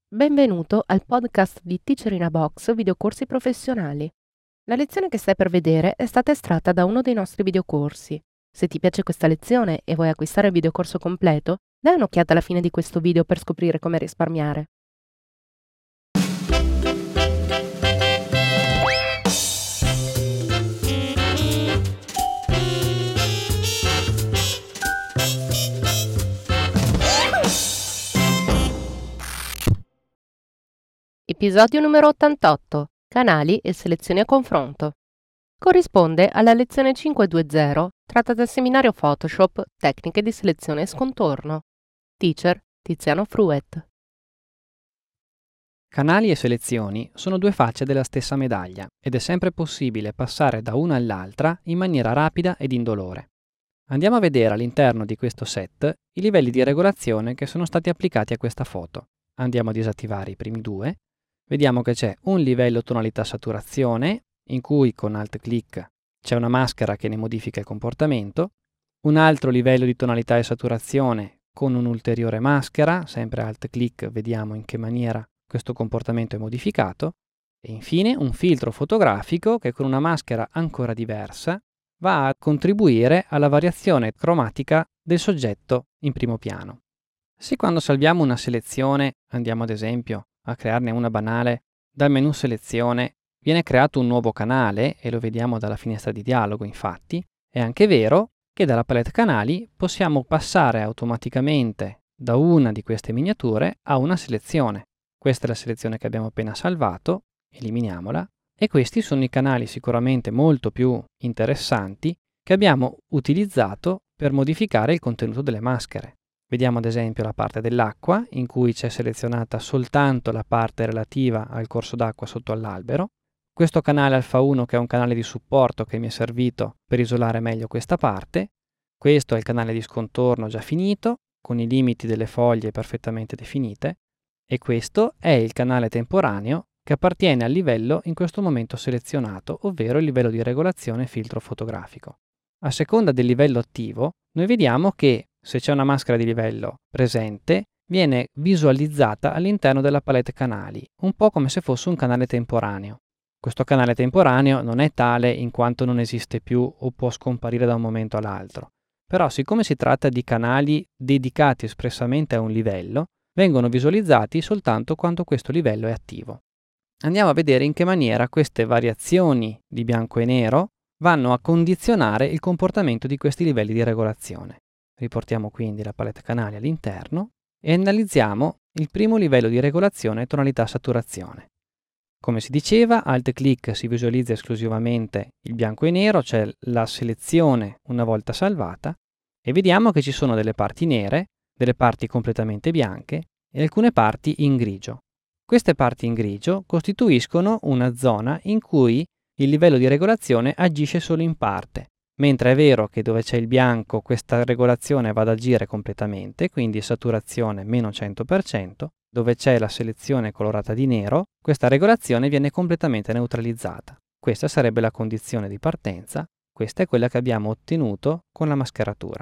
Benvenuto al podcast di Teacher in a Box videocorsi professionali. La lezione che stai per vedere è stata estratta da uno dei nostri videocorsi. Se ti piace questa lezione e vuoi acquistare il videocorso completo, dai un'occhiata alla fine di questo video per scoprire come risparmiare. Episodio numero 88. Canali e selezioni a confronto. Corrisponde alla lezione 520 tratta dal seminario Photoshop Tecniche di selezione e scontorno. Teacher Tiziano Fruet. Canali e selezioni sono due facce della stessa medaglia ed è sempre possibile passare da una all'altra in maniera rapida ed indolore. Andiamo a vedere all'interno di questo set i livelli di regolazione che sono stati applicati a questa foto. Andiamo a disattivare i primi due. Vediamo che c'è un livello tonalità saturazione, in cui con alt-click c'è una maschera che ne modifica il comportamento, un altro livello di tonalità e saturazione con un'ulteriore maschera, sempre alt-click vediamo in che maniera questo comportamento è modificato, e infine un filtro fotografico che con una maschera ancora diversa va a contribuire alla variazione cromatica del soggetto in primo piano. Se quando salviamo una selezione andiamo ad esempio a crearne una banale, dal menu selezione viene creato un nuovo canale, e lo vediamo dalla finestra di dialogo infatti, è anche vero che dalla palette canali possiamo passare automaticamente da una di queste miniature a una selezione. Questa è la selezione che abbiamo appena salvato, eliminiamola, e questi sono i canali sicuramente molto più interessanti che abbiamo utilizzato per modificare il contenuto delle maschere. Vediamo ad esempio la parte dell'acqua, in cui c'è selezionata soltanto la parte relativa al corso d'acqua sotto all'albero. Questo canale alfa 1 che è un canale di supporto che mi è servito per isolare meglio questa parte. Questo è il canale di scontorno già finito, con i limiti delle foglie perfettamente definite. E questo è il canale temporaneo che appartiene al livello in questo momento selezionato, ovvero il livello di regolazione filtro fotografico. A seconda del livello attivo, noi vediamo che se c'è una maschera di livello presente, viene visualizzata all'interno della palette canali, un po' come se fosse un canale temporaneo. Questo canale temporaneo non è tale in quanto non esiste più o può scomparire da un momento all'altro. Però siccome si tratta di canali dedicati espressamente a un livello, vengono visualizzati soltanto quando questo livello è attivo. Andiamo a vedere in che maniera queste variazioni di bianco e nero vanno a condizionare il comportamento di questi livelli di regolazione. Riportiamo quindi la palette canali all'interno e analizziamo il primo livello di regolazione tonalità saturazione. Come si diceva, alt-click si visualizza esclusivamente il bianco e nero, cioè la selezione una volta salvata, e vediamo che ci sono delle parti nere, delle parti completamente bianche e alcune parti in grigio. Queste parti in grigio costituiscono una zona in cui il livello di regolazione agisce solo in parte, mentre è vero che dove c'è il bianco questa regolazione va ad agire completamente, quindi saturazione meno 100%, dove c'è la selezione colorata di nero, questa regolazione viene completamente neutralizzata. Questa sarebbe la condizione di partenza, questa è quella che abbiamo ottenuto con la mascheratura.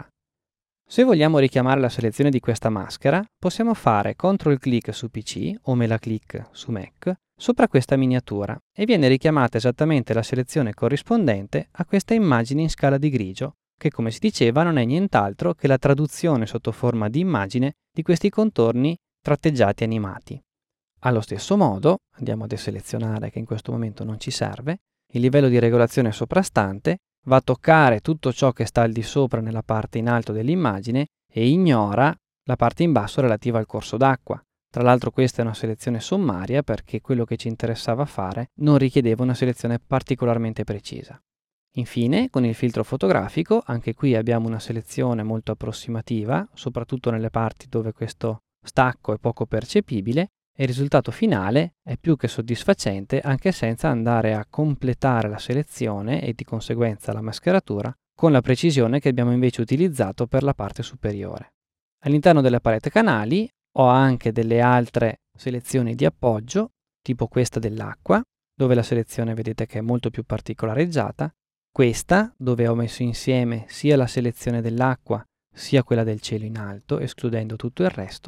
Se vogliamo richiamare la selezione di questa maschera, possiamo fare CTRL-click su PC o mela-click su Mac sopra questa miniatura e viene richiamata esattamente la selezione corrispondente a questa immagine in scala di grigio, che come si diceva non è nient'altro che la traduzione sotto forma di immagine di questi contorni tratteggiati animati. Allo stesso modo, andiamo a deselezionare che in questo momento non ci serve, il livello di regolazione soprastante va a toccare tutto ciò che sta al di sopra nella parte in alto dell'immagine e ignora la parte in basso relativa al corso d'acqua. Tra l'altro questa è una selezione sommaria perché quello che ci interessava fare non richiedeva una selezione particolarmente precisa. Infine, con il filtro fotografico, anche qui abbiamo una selezione molto approssimativa, soprattutto nelle parti dove questo stacco è poco percepibile, e il risultato finale è più che soddisfacente anche senza andare a completare la selezione e di conseguenza la mascheratura con la precisione che abbiamo invece utilizzato per la parte superiore. All'interno della palette canali ho anche delle altre selezioni di appoggio, tipo questa dell'acqua, dove la selezione vedete che è molto più particolareggiata, questa dove ho messo insieme sia la selezione dell'acqua sia quella del cielo in alto, escludendo tutto il resto,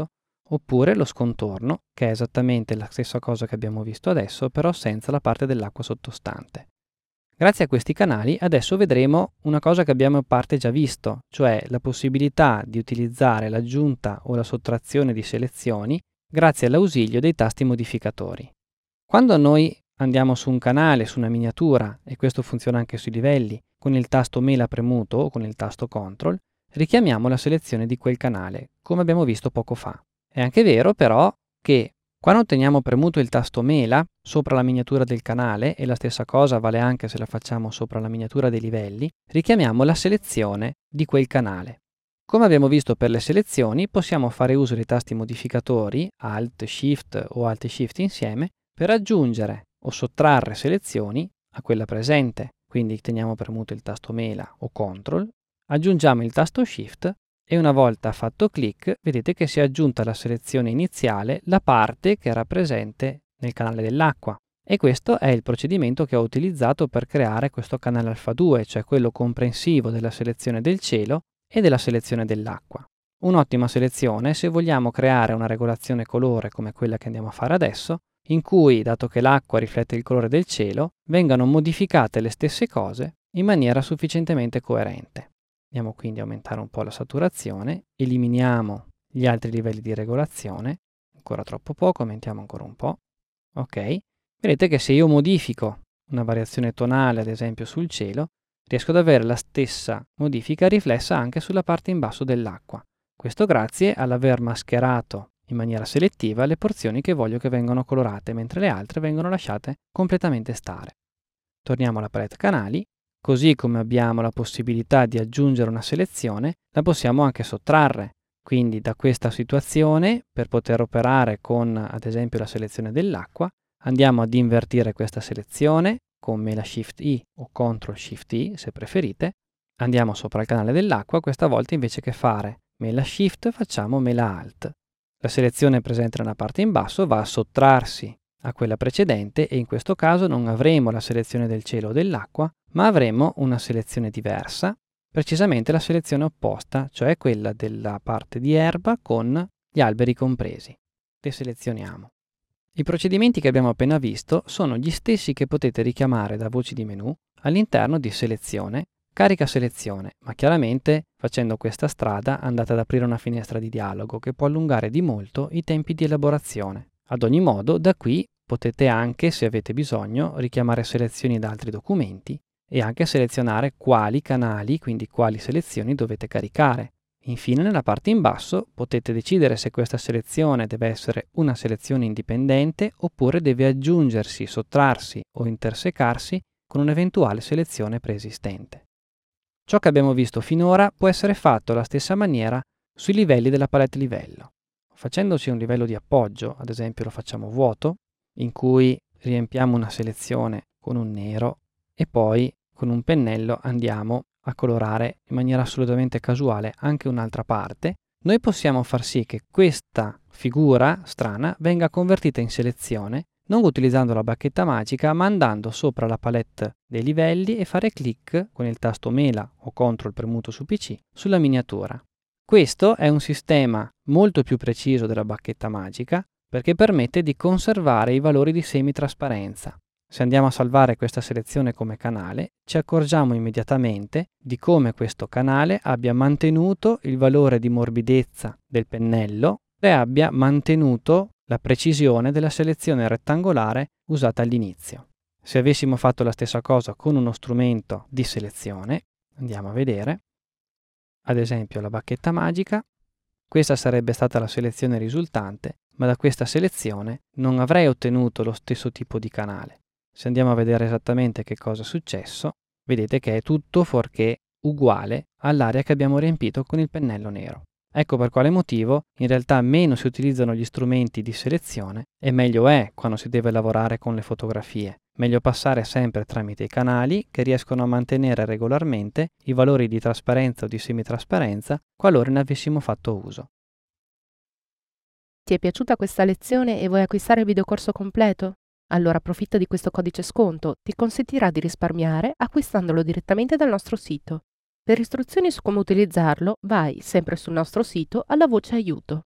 oppure lo scontorno, che è esattamente la stessa cosa che abbiamo visto adesso, però senza la parte dell'acqua sottostante. Grazie a questi canali adesso vedremo una cosa che abbiamo in parte già visto, cioè la possibilità di utilizzare l'aggiunta o la sottrazione di selezioni grazie all'ausilio dei tasti modificatori. Quando noi andiamo su un canale, su una miniatura, e questo funziona anche sui livelli, con il tasto mela premuto o con il tasto CTRL, richiamiamo la selezione di quel canale, come abbiamo visto poco fa. È anche vero però che quando teniamo premuto il tasto mela sopra la miniatura del canale, e la stessa cosa vale anche se la facciamo sopra la miniatura dei livelli, richiamiamo la selezione di quel canale. Come abbiamo visto per le selezioni, possiamo fare uso dei tasti modificatori, Alt, Shift o Alt e Shift insieme, per aggiungere o sottrarre selezioni a quella presente. Quindi teniamo premuto il tasto mela o CTRL, aggiungiamo il tasto Shift e una volta fatto clic vedete che si è aggiunta alla selezione iniziale la parte che era presente nel canale dell'acqua. E questo è il procedimento che ho utilizzato per creare questo canale Alpha 2, cioè quello comprensivo della selezione del cielo e della selezione dell'acqua. Un'ottima selezione se vogliamo creare una regolazione colore come quella che andiamo a fare adesso, in cui, dato che l'acqua riflette il colore del cielo, vengano modificate le stesse cose in maniera sufficientemente coerente. Andiamo quindi a aumentare un po' la saturazione, eliminiamo gli altri livelli di regolazione, ancora troppo poco, aumentiamo ancora un po'. Ok, vedete che se io modifico una variazione tonale, ad esempio sul cielo, riesco ad avere la stessa modifica riflessa anche sulla parte in basso dell'acqua. Questo grazie all'aver mascherato in maniera selettiva le porzioni che voglio che vengano colorate, mentre le altre vengono lasciate completamente stare. Torniamo alla palette canali. Così come abbiamo la possibilità di aggiungere una selezione, la possiamo anche sottrarre. Quindi da questa situazione, per poter operare con ad esempio la selezione dell'acqua, andiamo ad invertire questa selezione con Mela Shift I o CTRL Shift I se preferite. Andiamo sopra il canale dell'acqua, questa volta invece che fare Mela Shift facciamo Mela Alt. La selezione presente nella parte in basso va a sottrarsi a quella precedente e in questo caso non avremo la selezione del cielo o dell'acqua, ma avremo una selezione diversa, precisamente la selezione opposta, cioè quella della parte di erba con gli alberi compresi. Deselezioniamo. I procedimenti che abbiamo appena visto sono gli stessi che potete richiamare da voci di menu all'interno di selezione, carica selezione, ma chiaramente facendo questa strada andate ad aprire una finestra di dialogo che può allungare di molto i tempi di elaborazione. Ad ogni modo, da qui potete anche, se avete bisogno, richiamare selezioni da altri documenti e anche selezionare quali canali, quindi quali selezioni dovete caricare. Infine, nella parte in basso potete decidere se questa selezione deve essere una selezione indipendente oppure deve aggiungersi, sottrarsi o intersecarsi con un'eventuale selezione preesistente. Ciò che abbiamo visto finora può essere fatto alla stessa maniera sui livelli della palette livello. Facendoci un livello di appoggio, ad esempio lo facciamo vuoto, in cui riempiamo una selezione con un nero e poi con un pennello andiamo a colorare in maniera assolutamente casuale anche un'altra parte, noi possiamo far sì che questa figura strana venga convertita in selezione non utilizzando la bacchetta magica ma andando sopra la palette dei livelli e fare clic con il tasto mela o CTRL premuto su PC sulla miniatura. Questo è un sistema molto più preciso della bacchetta magica perché permette di conservare i valori di semitrasparenza. Se andiamo a salvare questa selezione come canale, ci accorgiamo immediatamente di come questo canale abbia mantenuto il valore di morbidezza del pennello e abbia mantenuto la precisione della selezione rettangolare usata all'inizio. Se avessimo fatto la stessa cosa con uno strumento di selezione, andiamo a vedere, ad esempio la bacchetta magica, questa sarebbe stata la selezione risultante, ma da questa selezione non avrei ottenuto lo stesso tipo di canale. Se andiamo a vedere esattamente che cosa è successo, vedete che è tutto fuorché uguale all'area che abbiamo riempito con il pennello nero. Ecco per quale motivo in realtà meno si utilizzano gli strumenti di selezione e meglio è quando si deve lavorare con le fotografie. Meglio passare sempre tramite i canali che riescono a mantenere regolarmente i valori di trasparenza o di semitrasparenza qualora ne avessimo fatto uso. Ti è piaciuta questa lezione e vuoi acquistare il videocorso completo? Allora approfitta di questo codice sconto, ti consentirà di risparmiare acquistandolo direttamente dal nostro sito. Per istruzioni su come utilizzarlo, vai sempre sul nostro sito alla voce aiuto.